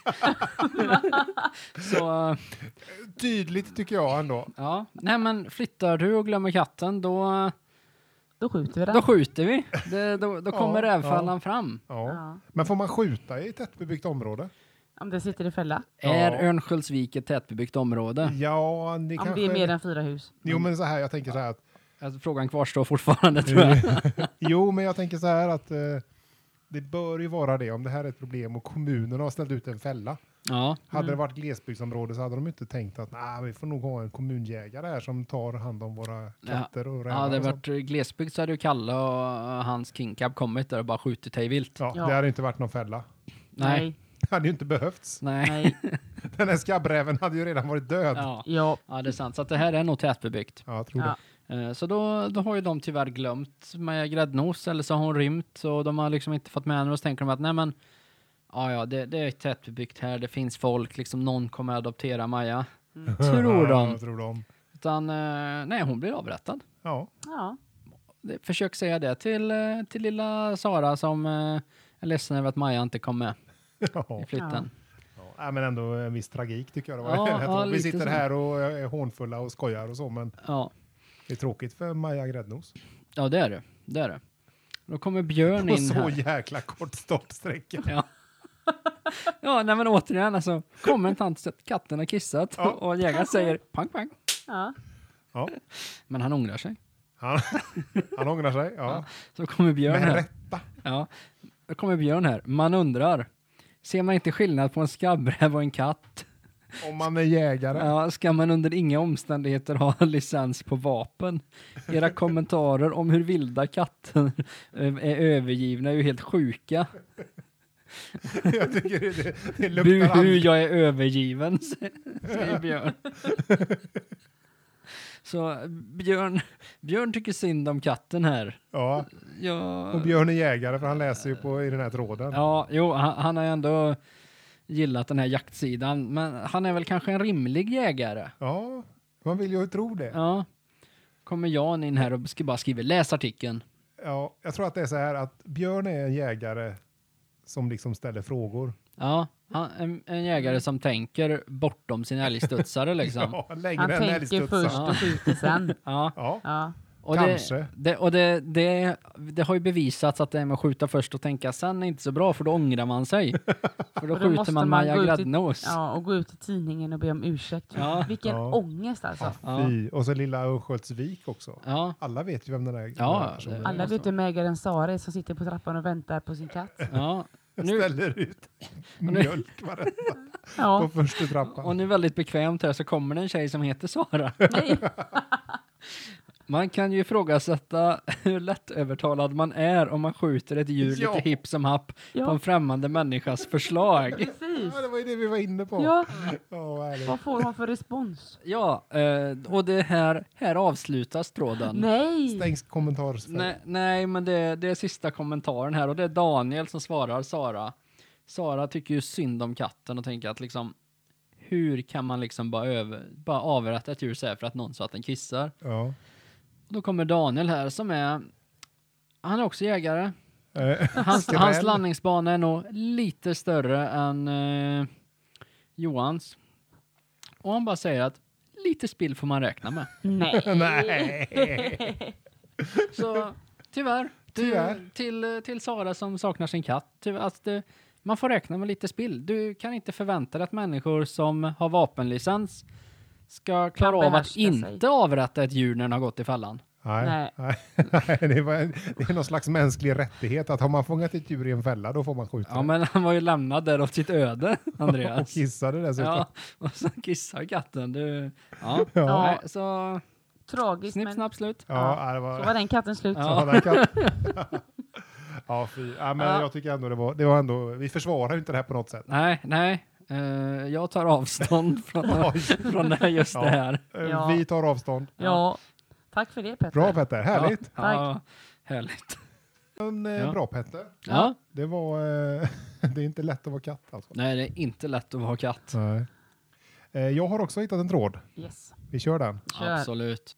Så eh, Tydligt tycker jag ändå. ja, nej men flyttar du och glömmer katten då, Då skjuter vi den. då skjuter vi. Det, då då kommer Ja, rävfällan ja. fram. Ja. Ja. Men får man skjuta i ett tättbebyggt område? Om det sitter i fälla. Är Ja. Örnsköldsvik ett tätbebyggt område? Ja, det Om kanske... det är mer än fyra hus. Jo, men så här, jag tänker så här att... Alltså, frågan kvarstår fortfarande tror jag. jo, men jag tänker så här att eh, det bör ju vara det om det här är ett problem och kommunen har ställt ut en fälla. Ja, Hade Mm. det varit glesbygdsområde så hade de inte tänkt att nah, vi får nog ha en kommunjägare här som tar hand om våra katter och rävar. hade det och sånt. varit glesbygd så hade ju Kalle och hans King Cab kommit där och bara skjutit hej vilt. Ja, Ja. det hade inte varit någon fälla. Nej. Det hade ju inte behövts. Nej. Nej. Den här skabbräven hade ju redan varit död. Ja, Ja. Ja. ja, det är sant. Så att det här är nog tätbebyggt. jag tror Ja. Eh, Så då, då har ju de tyvärr glömt Maja Gräddnos eller så har hon rymt och de har liksom inte fått med henne och så tänker de att nej men ja, ja det, det är tätbebyggt här, det finns folk, liksom någon kommer adoptera Maja. Mm. Tror Ja, de. tror de. Utan eh, nej, hon blir avrättad. Ja. Ja. Det- Försök säga det till, eh, till lilla Sara som eh, är ledsen över att Maja inte kom med Ja. i flytten. Ja. Ja, men ändå en viss tragik tycker jag det var. Ja, Jag tror ja, vi lite sitter så. här och är hånfulla och skojar och så, men Ja. det är tråkigt för Maja Gräddnos. Ja, det är det. Det är det. Då kommer Björn På in så här. jäkla kort startsträcka. Ja. Ja, nej men återigen alltså. Kommer en tant att katten har kissat Ja. och jägaren säger pang pang. Ja. Ja. Men han ångrar sig. Han, han ångrar sig. Ja. Så kommer Björn Med här. rätta. Ja. Då kommer Björn här. Man undrar. Ser man inte skillnad på en skabbräv och en katt? Om man är jägare. Ja, ska man under inga omständigheter ha licens på vapen? Era kommentarer om hur vilda katter är övergivna är ju helt sjuka. Jag tycker det, det, det luktar Buhu, aldrig. jag är övergiven, säger Björn. Så Björn, Björn tycker synd om katten här. Ja, Ja, och Björn är jägare för han läser ju på i den här tråden. ja jo, han, han har ju ändå gillat den här jaktsidan, men han är väl kanske en rimlig jägare. Ja, man vill ju tro det. Ja. Kommer Jan in här och ska bara skriva läs artikeln. Ja, jag tror att det är så här att Björn är en jägare som liksom ställer frågor. Ja, han, en, en jägare som tänker bortom sin älgstudsare liksom. Ja, längre Han än tänker älgstudsaren. först och skjuter sen. Ja. Ja, Ja. Och, Kanske. det, det, och det, det, det har ju bevisats att det är med att skjuta först och tänka sen är inte så bra, för då ångrar man sig. För då Och då skjuter måste man man Maja gå ut i- Gräddnos. Ja, och gå ut i tidningen och be om ursäkt. Ja. Vilken Ja. ångest alltså. Ja. fy. Och så lilla Örnsköldsvik också. Ja, Alla vet ju vem den där, den Ja, där personen det- är. Alla vet vem ägaren Sara är som sitter på trappan och väntar på sin katt. ja. Nu, Ställer ut mjölk varenda på Ja, första trappan. och nu väldigt bekvämt här så kommer det en tjej som heter Sara. nej. Man kan ju ifrågasätta hur lättövertalad man är om man skjuter ett djur Ja. lite hipp som happ på Ja, en främmande människas förslag. precis. Ja, det var ju det vi var inne på. Ja, Ja, härligt. vad får hon för respons? Ja, eh, och det här, här avslutas tråden. Nej! Stängs kommentarsfält. Nej, nej, men det, det är sista kommentaren här och det är Daniel som svarar Sara. Sara tycker ju synd om katten och tänker att liksom hur kan man liksom bara, över, bara avrätta ett djur så här för att någon sa att den kissar? Ja. Då kommer Daniel här som är, han är också jägare. Eh, Hans, skräll. hans landningsbana är nog lite större än eh, Johans. Och han bara säger att lite spill får man räkna med. Nej. Nej. Så tyvärr, Tyvärr. Till, till, till Sara som saknar sin katt. Tyvärr, att det, man får räkna med lite spill. Du kan inte förvänta dig att människor som har vapenlicens ska klara av att behärska sig. inte avrätta ett djur när den har gått i fällan. Nej, Nej. nej. nej det, var en, det är någon slags mänsklig rättighet att har man fångat ett djur i en fälla då får man skjuta Ja, det. men han var ju lämnad där åt sitt öde, Och Andreas. kissade dessutom. Ja, och så kissar katten. Du, ja. Ja. Nej, så Tragiskt, snipp, men snapp, slut. Ja, Ja. det var... så var den katten slut. Ja. Ja, den kan... ja, fy. Ja, men Ja. jag tycker ändå det var, det var ändå, vi försvarar ju inte det här på något sätt. Nej, nej. Eh, jag tar avstånd från, Oj. från det här, just Ja. det här. Eh, Ja. Vi tar avstånd. Ja. Tack för det, Petter. Bra Petter, härligt. Ja, ja, härligt. Men, eh, Ja. Bra Petter. Ja. Det var, eh, det är inte lätt att vara katt alltså. Nej, det är inte lätt att vara katt. Nej. Eh, jag har också hittat en tråd. Yes. Vi kör den. Kör. Absolut.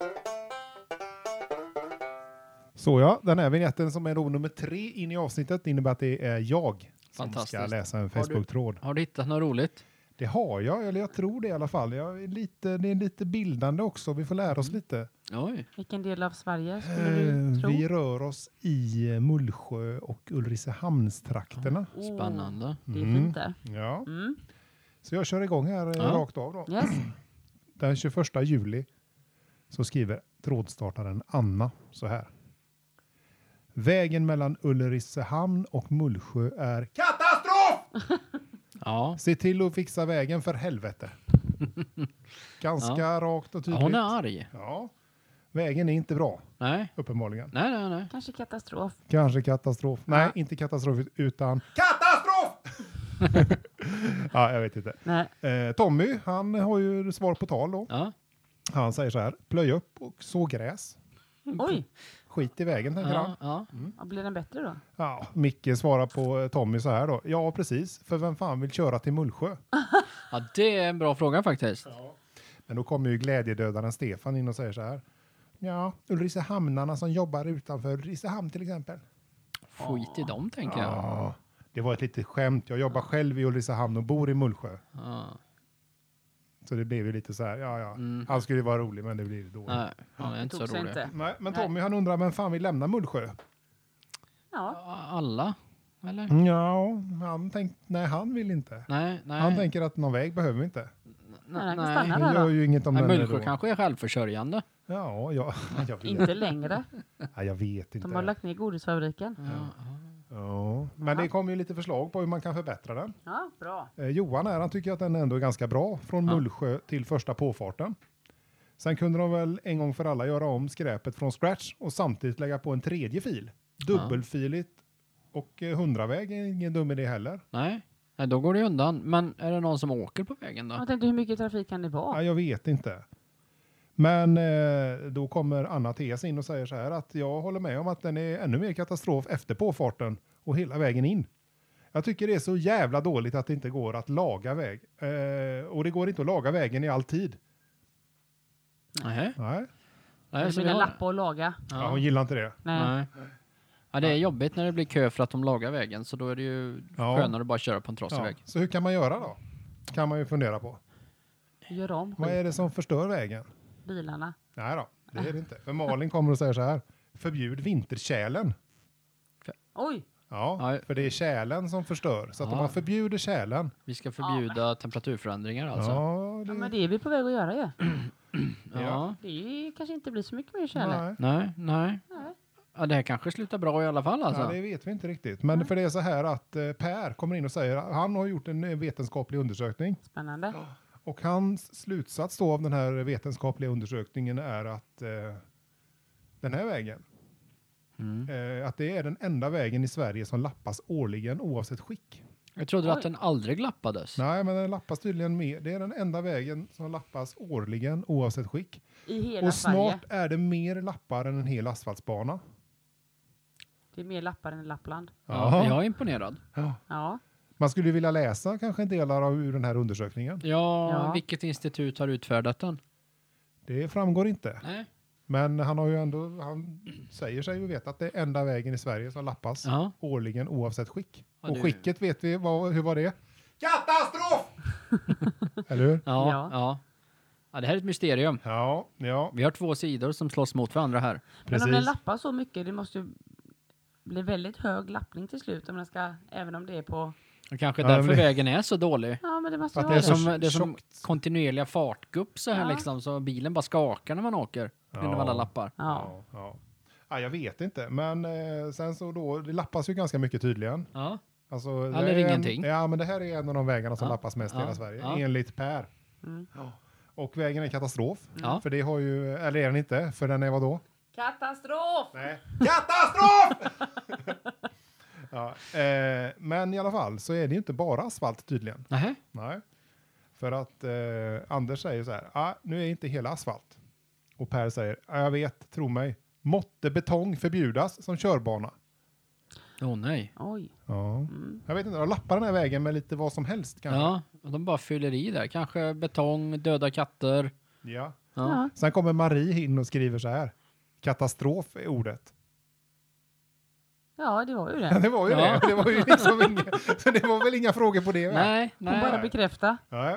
Så ja, den här vignetten som är då nummer tre in i avsnittet innebär att det är jag som Fantastiskt. ska läsa en du- Facebook-tråd. Har du hittat något roligt? Det har jag, eller jag tror det i alla fall. Jag är lite, det är lite bildande också, vi får lära oss lite. Oj. Vilken del av Sverige skulle Eh, du tro? vi rör oss i eh, Mullsjö och Ulricehamnstrakterna. Åh, Spännande. Det är Mm. fint där. Ja, Mm. så jag kör igång här eh, Ja. rakt av då. Yes. Den tjugoförsta juli så skriver trådstartaren Anna så här. Vägen mellan Ulricehamn och Mullsjö är katastrof! Ja. Se till att fixa vägen för helvete. Ganska rakt och Ja, tydligt. hon är arg. Ja, vägen är inte bra, Nej. uppenbarligen. Nej, nej, nej. Kanske katastrof. Kanske katastrof. Nej, Ja. inte katastrof utan katastrof! Ja, jag vet inte. Nej. Eh, Tommy, han har ju svar på tal då. Ja. Han säger så här, plöj upp och så gräs. Oj, Skit i vägen, tänker han. Ja, ja. vad blir den bättre då? Ja, Micke svarar på eh, Tommy så här då. Ja, precis. För vem fan vill köra till Mullsjö? ja, det är en bra fråga faktiskt. Men då kommer ju glädjedödaren Stefan in och säger så här. Ja, Ulricehamnarna som jobbar utanför Ulricehamn till exempel. Skit i dem, tänker jag. Ja, det var ett litet skämt. Jag jobbar själv i Ulricehamn och bor i Mullsjö. Ja. Så det blev ju lite så här, ja ja. Mm. Han skulle ju vara rolig men det blir dåligt. Nej, han är Det inte så tog sig rolig. inte. Nej, men Tommy han undrar, men fan vill lämna Mullsjö? Ja, Ja, alla? Eller? Ja, han tänkte, nej han vill inte. Nej, nej. Han tänker att någon väg behöver vi inte. Nej, han kan nej. stanna Det där gör då. ju inget om Men den är Mullsjö då. kanske är självförsörjande. Ja, ja, jag vet. Inte längre. Ja, jag vet inte. De har lagt ner godisfabriken. Ja. Ja, men det kommer ju lite förslag på hur man kan förbättra den. Ja, bra. Eh, Johan här, han tycker att den ändå är ganska bra från Ja. Mullsjö till första påfarten. Sen kunde de väl en gång för alla göra om skräpet från scratch och samtidigt lägga på en tredje fil. Dubbelfiligt och eh, hundraväg är ingen dum idé heller. Nej. Nej, då går det undan. Men är det någon som åker på vägen då? Jag tänkte, hur mycket trafik kan det Ja, vara? jag vet inte. Men eh, då kommer Anna Thes in och säger så här att jag håller med om att den är ännu mer katastrof efter påfarten och hela vägen in. Jag tycker det är så jävla dåligt att det inte går att laga väg. Eh, och det går inte att laga vägen i all tid. Nej. Nej, Nej, Jag så vi vill har- lappa och laga. ja. hon gillar inte det. Nej. Nej. Ja, det är jobbigt när det blir kö för att de lagar vägen. Så då är det ju Ja. skönare att bara köra på en trasig Ja. väg. Så hur kan man göra då? Kan man ju fundera på. Gör om Vad är skiten. det som förstör vägen? Bilarna. Nej då, det är det inte. För Malin kommer och säger så här. Förbjud vintertjälen. Oj! Ja, Ja. för det är tjälen som förstör. Så att om Ja. man förbjuder tjälen. Vi ska förbjuda temperaturförändringar alltså. Ja. Ja, det, Ja, men det är vi på väg att göra ju. Ja. Det är ju, kanske inte blir så mycket mer tjäle. nej. Nej, nej. Nej. Ja, det här kanske slutar bra i alla fall alltså. Ja, det vet vi inte riktigt. Men för det är så här att eh, Per kommer in och säger att han har gjort en eh, vetenskaplig undersökning. Spännande. Och hans slutsats då av den här vetenskapliga undersökningen är att eh, den här vägen, Mm. eh, att det är den enda vägen i Sverige som lappas årligen oavsett skick. Jag trodde Oj. att den aldrig lappades. Nej, men den lappas tydligen mer. Det är den enda vägen som lappas årligen oavsett skick. I hela Och Sverige. snart är det mer lappar än en hel asfaltsbana. Det är mer lappar än i Lappland. Ja, jag är imponerad. Ja. Man skulle ju vilja läsa kanske delar av ur den här undersökningen. Ja, Ja. vilket institut har utfärdat den? Det framgår inte. Nej. Men han har ju ändå, han säger sig ju veta att det är enda vägen i Sverige som lappas Ja. årligen oavsett skick. Ja, Och du- skicket vet vi, vad, hur var det? Katastrof! Eller hur? Ja, Ja. ja. Ja, det här är ett mysterium. Ja, ja, Vi har två sidor som slåss mot varandra här. Men om den precis. lappar så mycket, det måste ju bli väldigt hög lappning till slut. Om den ska, även om det är på... Och kanske Ja, därför men det- vägen är så dålig. Ja, men det måste Att ju det vara är Det är det. så som, det är som tjockt. kontinuerliga fartgupp så här Ja. liksom. Så bilen bara skakar när man åker. På grund av Ja. alla lappar. Ja. Ja, ja. Ja, jag vet inte, men eh, sen så då, det lappas ju ganska mycket tydligen. Ja. Alltså, det Eller är en- ingenting. Ja, men det här är en av de vägarna som Ja, lappas mest i ja, hela Sverige, ja. enligt Per. Mm. Och vägen är katastrof. Ja. För det har ju, eller är den inte, för den är vad då? Katastrof! Nej. Katastrof! ja, eh, men i alla fall så är det ju inte bara asfalt tydligen. Nähä. Nej. För att eh, Anders säger så här, ah, nu är inte hela asfalt. Och Per säger, ah, jag vet, tro mig, måtte betong förbjudas som körbana. Åh nej. Oj. Ja. Mm. Jag vet inte, de lappar den här vägen med lite vad som helst kanske. Ja, och de bara fyller i där. Kanske betong, döda katter. Ja. Ja. Ja. Sen kommer Marie in och skriver så här, katastrof är ordet. Ja, det var ju Ja, det. det var ju Ja. det. Det var ju liksom inga, så det var väl inga frågor på det. Va? Nej, Hon bara nej. bekräfta. Ja.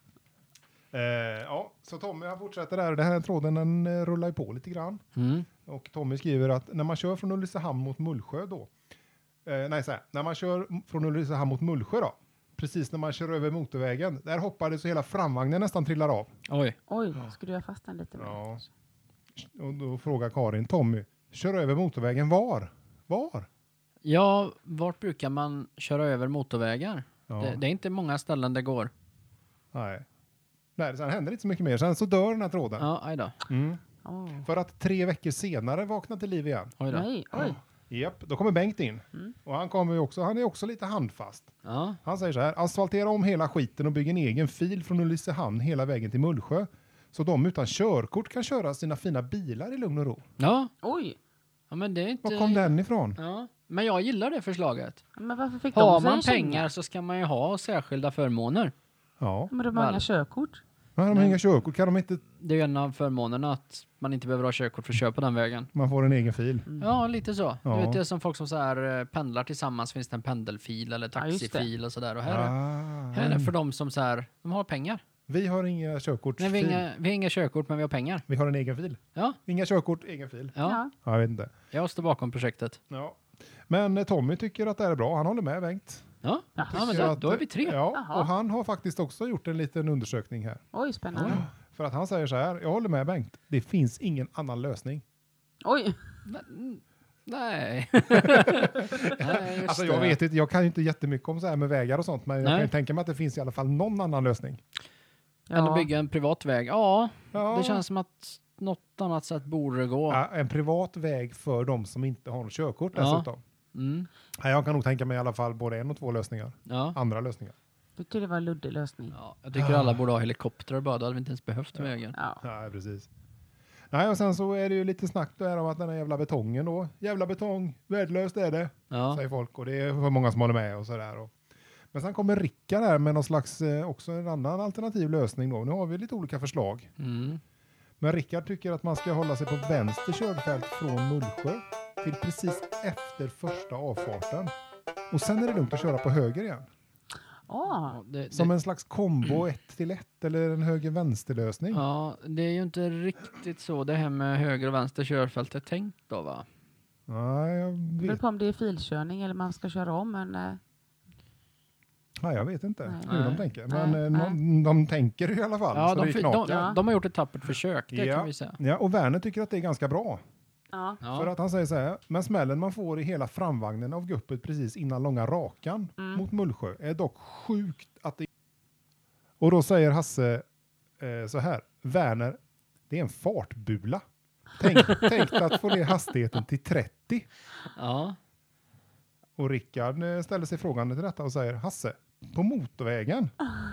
Eh, ja, så Tommy han fortsätter där. Den här tråden den eh, rullar ju på lite grann. Mm. Och Tommy skriver att när man kör från Ulricehamn mot Mullsjö då. Eh, nej, så här, när man kör m- från Ulricehamn mot Mullsjö då. Precis när man kör över motorvägen. Där hoppar det så hela framvagnen nästan trillar av. Oj. Oj, skulle jag fast den lite mer? Ja. Och då frågar Karin, Tommy, kör över motorvägen var? Var? Ja, vart brukar man köra över motorvägar? Ja. Det, det är inte många ställen det går. Nej. Nej, sen händer inte så mycket mer. Sen så dör den här tråden. Ja, aj då. Mm. Åh. För att tre veckor senare vaknar till liv igen. Oj då. Nej, oj. Japp, då kommer Bengt in. Mm. Och han kommer ju också, han är också lite handfast. Ja. Han säger så här, asfaltera om hela skiten och bygg en egen fil från Ulricehamn hela vägen till Mullsjö. Så de utan körkort kan köra sina fina bilar i lugn och ro. Ja. Oj. Ja, men det är inte... Var kom den ifrån? Ja. Men jag gillar det förslaget. Men varför fick Har de sig man en känga? pengar så ska man ju ha särskilda förmåner. Ja, Men de har Väl. inga körkort. men de har inga körkort, kan de inte, Det är ju en av förmånerna att man inte behöver ha körkort för att köra på den vägen. man får en egen fil. Ja, lite så. Ja. Du vet, det är som folk som så här, eh, pendlar tillsammans, finns det en pendelfil eller Ja, just det. taxifil och sådär. Och här, är- Ah, här är det för de som så här, de har pengar. vi har inga körkort. Nej, vi, har fil. inga, vi har inga körkort, men vi har pengar. Vi har en egen fil. Ja, Inga körkort, egen fil. ja. Ja. Ja, jag vet inte. Jag står bakom projektet. Ja. Men eh, Tommy tycker att det här är bra. Han håller med Bengt. Ja, ja men Tycker då, att- då är vi tre. Ja, Jaha. och han har faktiskt också gjort en liten undersökning här. Oj, spännande. För att han säger så här, jag håller med Bengt. Det finns ingen annan lösning. Oj. Mm, Nej. Nej, just Alltså jag det. vet inte, jag kan ju inte jättemycket om så här med vägar och sånt, men jag Nej. kan ju tänka mig att det finns i alla fall någon annan lösning. Eller Ja. bygga en privat väg. Ja, Ja. det känns som att något annat sätt borde det gå. Ja, en privat väg för de som inte har något körkort Ja. dessutom. Mm, Ja, jag kan nog tänka mig i alla fall både en och två lösningar. ja. Andra lösningar. Du tyckte det var en luddig lösning. Ja, jag tycker alla borde ha helikoptrar bara, då hade vi inte ens behövt vägen. Ja. Ja, precis. Nej, och sen så är det ju lite snack där om att den här jävla betongen då. Jävla betong, värdelöst är det, Ja, säger folk. Och det är för många som håller med och sådär. Och... Men sen kommer Rickard här med någon slags, eh, också en annan alternativ lösning då. Nu har vi lite olika förslag. mm. Men Rickard tycker att man ska hålla sig på vänster körfält från Mullsjö. till precis efter första avfarten. Och sen är det lugnt att köra på höger igen. Ah. Ja, det, Som det, en slags kombo ett till ett eller en höger-vänster-lösning. ja, det är ju inte riktigt så det här med höger och vänster körfält är tänkt då, va? Nej, jag Det beror vet, på om det är filkörning eller man ska köra om. Men, eh, nej, jag vet inte Nej. hur de Nej. tänker. Nej, Men eh, nej. de, de tänker i alla fall. Ja, så de, det fi- knakar. de, Ja. de har gjort ett tappert försök, det Ja. kan vi säga. Ja, och Werner tycker att det är ganska bra. ja. Ja. För att han säger så här, men smällen man får i hela framvagnen av guppet precis innan långa rakan Mm. mot Mullsjö är dock sjukt att det... Och då säger Hasse eh, så här, Werner, det är en fartbula. Tänk, tänk att få ner hastigheten till trettio. Ja. Och Rickard eh, ställer sig frågande till detta och säger, Hasse, på motorvägen?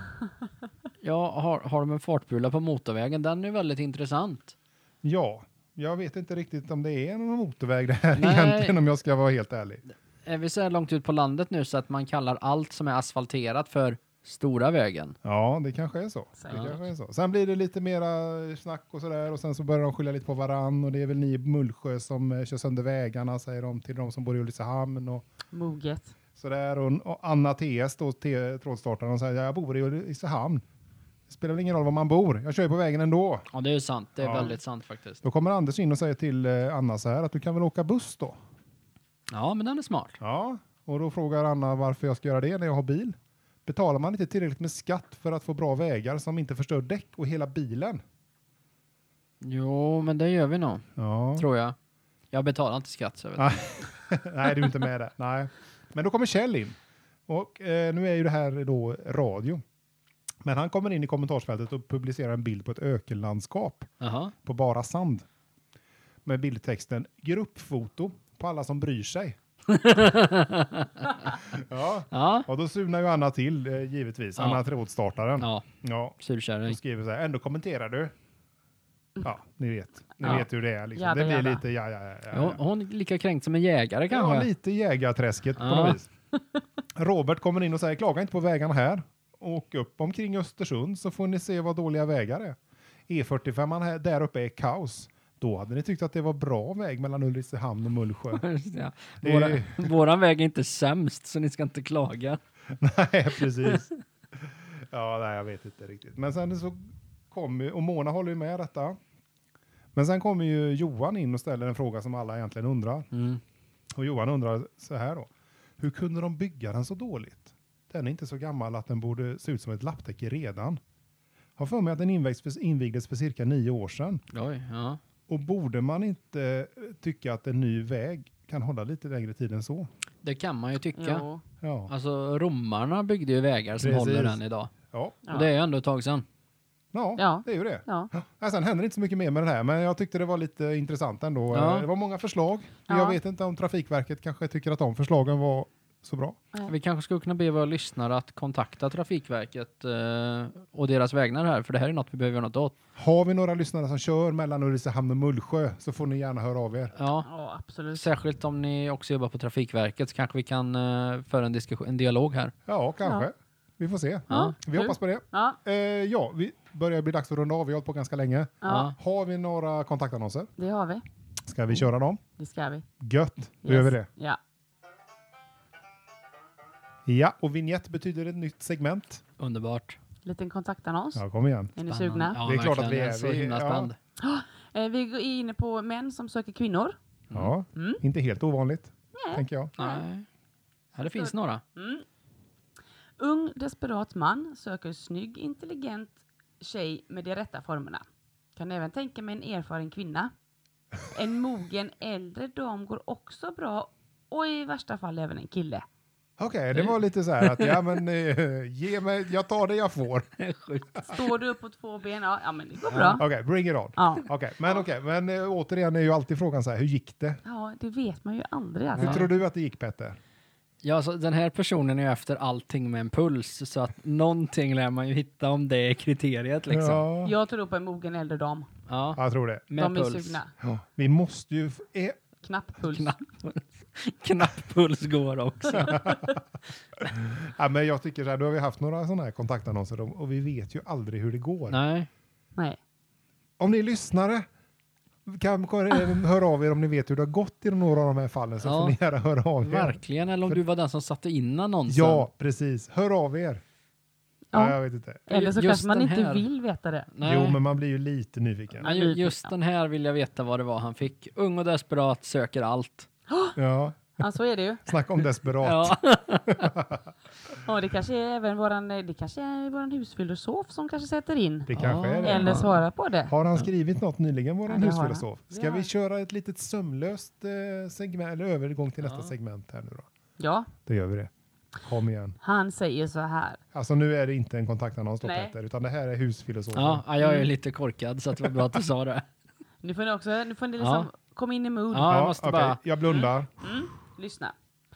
Ja, har, har de en fartbula på motorvägen? Den är väldigt intressant. Ja, jag vet inte riktigt om det är någon motorväg det här Nej. egentligen om jag ska vara helt ärlig. Är vi så här långt ut på landet nu så att man kallar allt som är asfalterat för stora vägen? Ja, det kanske är så. Det Säkert. kanske är så. Sen blir det lite mera snack och sådär och sen så börjar de skylla lite på varann och det är väl ni i Mullsjö som eh, kör sönder vägarna, säger de till de som bor i Ulricehamn och Moget. sådär. Och, och Anna T S då, t- trådstartaren, och säger jag bor i Ulricehamn. Det spelar väl ingen roll var man bor, jag kör ju på vägen ändå. Ja, det är ju sant. Det är Ja. väldigt sant faktiskt. Då kommer Anders in och säger till eh, Anna så här att du kan väl åka buss då? Ja, men den är smart. Ja, och då frågar Anna varför jag ska göra det när jag har bil. Betalar man inte tillräckligt med skatt för att få bra vägar som inte förstör däck och hela bilen? Jo, men det gör vi nog, Ja. tror jag. Jag betalar inte skatt, så jag vet. Nej. Nej, du är inte med där. Nej. Men då kommer Kjell in. Och eh, nu är ju det här då radio. Men han kommer in i kommentarsfältet och publicerar en bild på ett ökenlandskap Jaha. på bara sand. Med bildtexten gruppfoto på alla som bryr sig. Ja, Ja. och då sunar ju Anna till eh, givetvis. Ja. Anna trådstartaren. Ja, Ja, surkärring. och skriver så här. Ändå kommenterar du. Ja, ni vet. Ni Ja. vet hur det är. Liksom. Jada, det blir jada. lite ja, ja, ja, ja. Ja, hon är lika kränkt som en jägare kanske. Ja, lite jägarträsket på Ja. något vis. Robert kommer in och säger, klaga inte på vägarna här. Åk upp omkring Östersund så får ni se vad dåliga vägar är. E fyrtiofem här, där uppe är kaos. Då hade ni tyckt att det var bra väg mellan Ulricehamn och Mullsjö. Ja. Det Våra, är- våran väg är inte sämst, så ni ska inte klaga. Nej, precis. Ja, nej, jag vet inte riktigt. Men sen så kommer ju, och Mona håller ju med detta. Men sen kommer ju Johan in och ställer en fråga som alla egentligen undrar. Mm. Och Johan undrar så här då. Hur kunde de bygga den så dåligt? Den är inte så gammal att den borde se ut som ett lapptäcke redan. Har för mig att den invigdes för, invigdes för cirka nio år sedan. Oj, ja. Och borde man inte tycka att en ny väg kan hålla lite längre tid än så? Det kan man ju tycka. Jo. Ja. Alltså, romarna byggde ju vägar som Precis. håller än idag. Ja. Ja. Och det är ändå ett tag sedan. Ja, Ja. det är ju det. Ja. Ja, sen händer inte så mycket mer med det här, men jag tyckte det var lite intressant ändå. Ja. Det var många förslag. Ja. Jag vet inte om Trafikverket kanske tycker att de förslagen var så bra. Vi kanske skulle kunna be våra lyssnare att kontakta Trafikverket eh, och deras vägnar här, för det här är något vi behöver göra något åt. Har vi några lyssnare som kör mellan Ulricehamn och Mullsjö så får ni gärna höra av er. Ja, Ja, absolut. särskilt om ni också jobbar på Trafikverket så kanske vi kan eh, föra en, diskussion, en dialog här. Ja, kanske. Ja. Vi får se. Ja. Vi hoppas på det. Ja, Eh, ja, vi börjar bli dags att runda av. Vi har hållit på ganska länge. ja, Har vi några kontaktannonser? det har vi. Ska vi köra dem? Det ska vi. Gött, då gör vi det. Ja. Ja, och vignett betyder ett nytt segment. Underbart. Liten kontaktannons. Ja, kom igen. Är ni Spännande. sugna? Ja, Det är klart verkligen. att vi är. Jag så Vi- himla ja. spänd. Eh, vi går inne på män som söker kvinnor. Ja, Mm. inte helt ovanligt, Nej. tänker jag. Nej. Ja, det finns några. Mm. Ung, desperat man söker snygg, intelligent tjej med de rätta formerna. Kan även tänka mig en erfaren kvinna. En mogen äldre dam går också bra och i värsta fall även en kille. Okej, det var lite så här att ja, men eh, ge mig, jag tar det jag får. Sjukt. Står du upp på två ben? Ja, ja men det går bra. Okej, bring it on. Ja. Okej, men okej, men eh, återigen är ju alltid frågan så här, hur gick det? ja, det vet man ju aldrig. Hur Alltså. tror du att det gick, Petter? Ja, så den här personen är ju efter allting med en puls, så att någonting lär man ju hitta om det är kriteriet liksom. Ja, Ja, Jag tror på en mogen äldre dam. jag tror det. med De är puls. sugna. Ja. Vi måste ju... f- Eh, Knapp puls. Knapp, knapp puls går också. ja, men jag tycker så här, då har vi haft några sådana här kontaktannonser och och vi vet ju aldrig hur det går. Nej. Nej. Om ni är lyssnare kan, kan höra av er om ni vet hur det har gått i några av de här fallen, så Ja. får ni gärna höra av er. Verkligen, eller om du var den som satte in annonsen. Ja, precis. Hör av er. Ja, Ja. jag vet inte. Eller så Just kanske man den inte här. vill veta det. Nej. Jo, men man blir ju lite nyfiken. Ja, ju- just den här vill jag veta vad det var han fick. Ung och desperat söker allt. Ja, Ja, så är det ju. snacka om desperat. Ja. Ja, det kanske är även våran, det kanske är våran husfilosof som kanske sätter in. Det kanske Ja. är det. Eller svarar på det. Har han skrivit något nyligen, vår Ja, det har husfilosof? han. Ska Det vi har- köra ett litet sömlöst eh, segment, eller övergång till nästa Ja. segment här nu då? Ja, Då gör vi det. Kom igen. han säger så här. Alltså nu är det inte en kontaktannons då, Nej. Petter, utan det här är husfilosofen. Ja, ja, jag är ju lite korkad så att det var bra att du sa det. Nu får ni också, nu får ni liksom komma in i mood. Ja, jag måste okej. bara... Jag blundar. Mm, lyssna.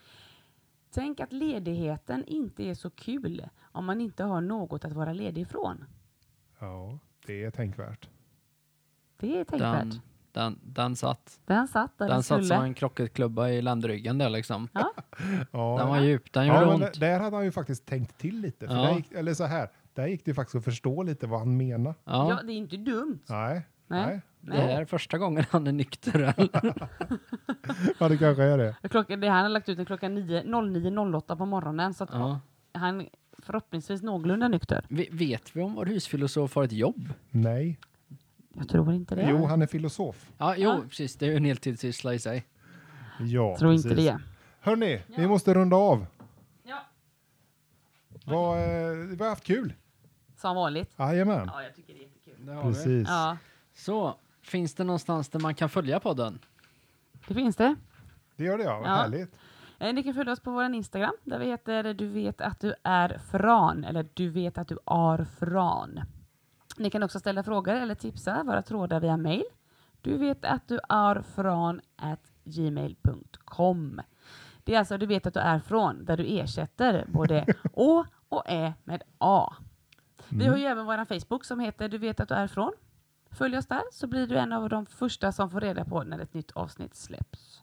Tänk att ledigheten inte är så kul om man inte har något att vara ledig ifrån. Ja, det är tänkvärt. Det är tänkvärt. Den, den, den satt. Den satt där den, Den satt skulle. som en krocketklubba i landryggen där liksom. Ja, Ja, Den var djup, den gjorde ja men ont. där- där hade han ju faktiskt tänkt till lite. För Ja. där gick, eller så här, där gick det ju faktiskt att förstå lite vad han menar. ja. Ja, det är inte dumt. Nej, Nej. nej. det är första gången han är nykter. eller? Ja, det kanske är det. Klockan, det han har lagt ut den klockan nio noll åtta på morgonen, så att Ja. han förhoppningsvis någorlunda nykter. Vi- Vet vi om vår husfilosof har ett jobb? Nej. Jag tror inte det. Jo, han är filosof. Ja, jo, Ja. precis. Det är ju en heltidssyssla i sig. Ja, tror precis. inte det. Hörrni, vi måste runda av. Ja. Vad, eh, vi har haft kul. Som vanligt. Jajamän. Ja, jag tycker det är jättekul. Det har vi. Precis. Ja, Så, finns det någonstans där man kan följa podden? det finns det. Det gör det, ja. Vad Ja. härligt. Eh, Ni kan följa oss på vår Instagram där vi heter Du vet att du är fran, eller Du vet att du är fran. Ni kan också ställa frågor eller tipsa våra trådar via mail. Du vet att du är fran at gmail punkt com. Det är alltså Du vet att du är från, där du ersätter både Å och Ä med A. Vi har ju även vår Facebook som heter Du vet att du är från. Följ oss där så blir du en av de första som får reda på när ett nytt avsnitt släpps.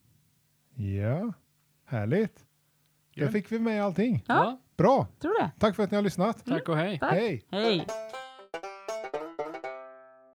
Ja, härligt. Där Grymt. fick vi med allting. Ja. Bra. Tror du det? Tack för att ni har lyssnat. Tack och hej. Tack. Hej. Hej.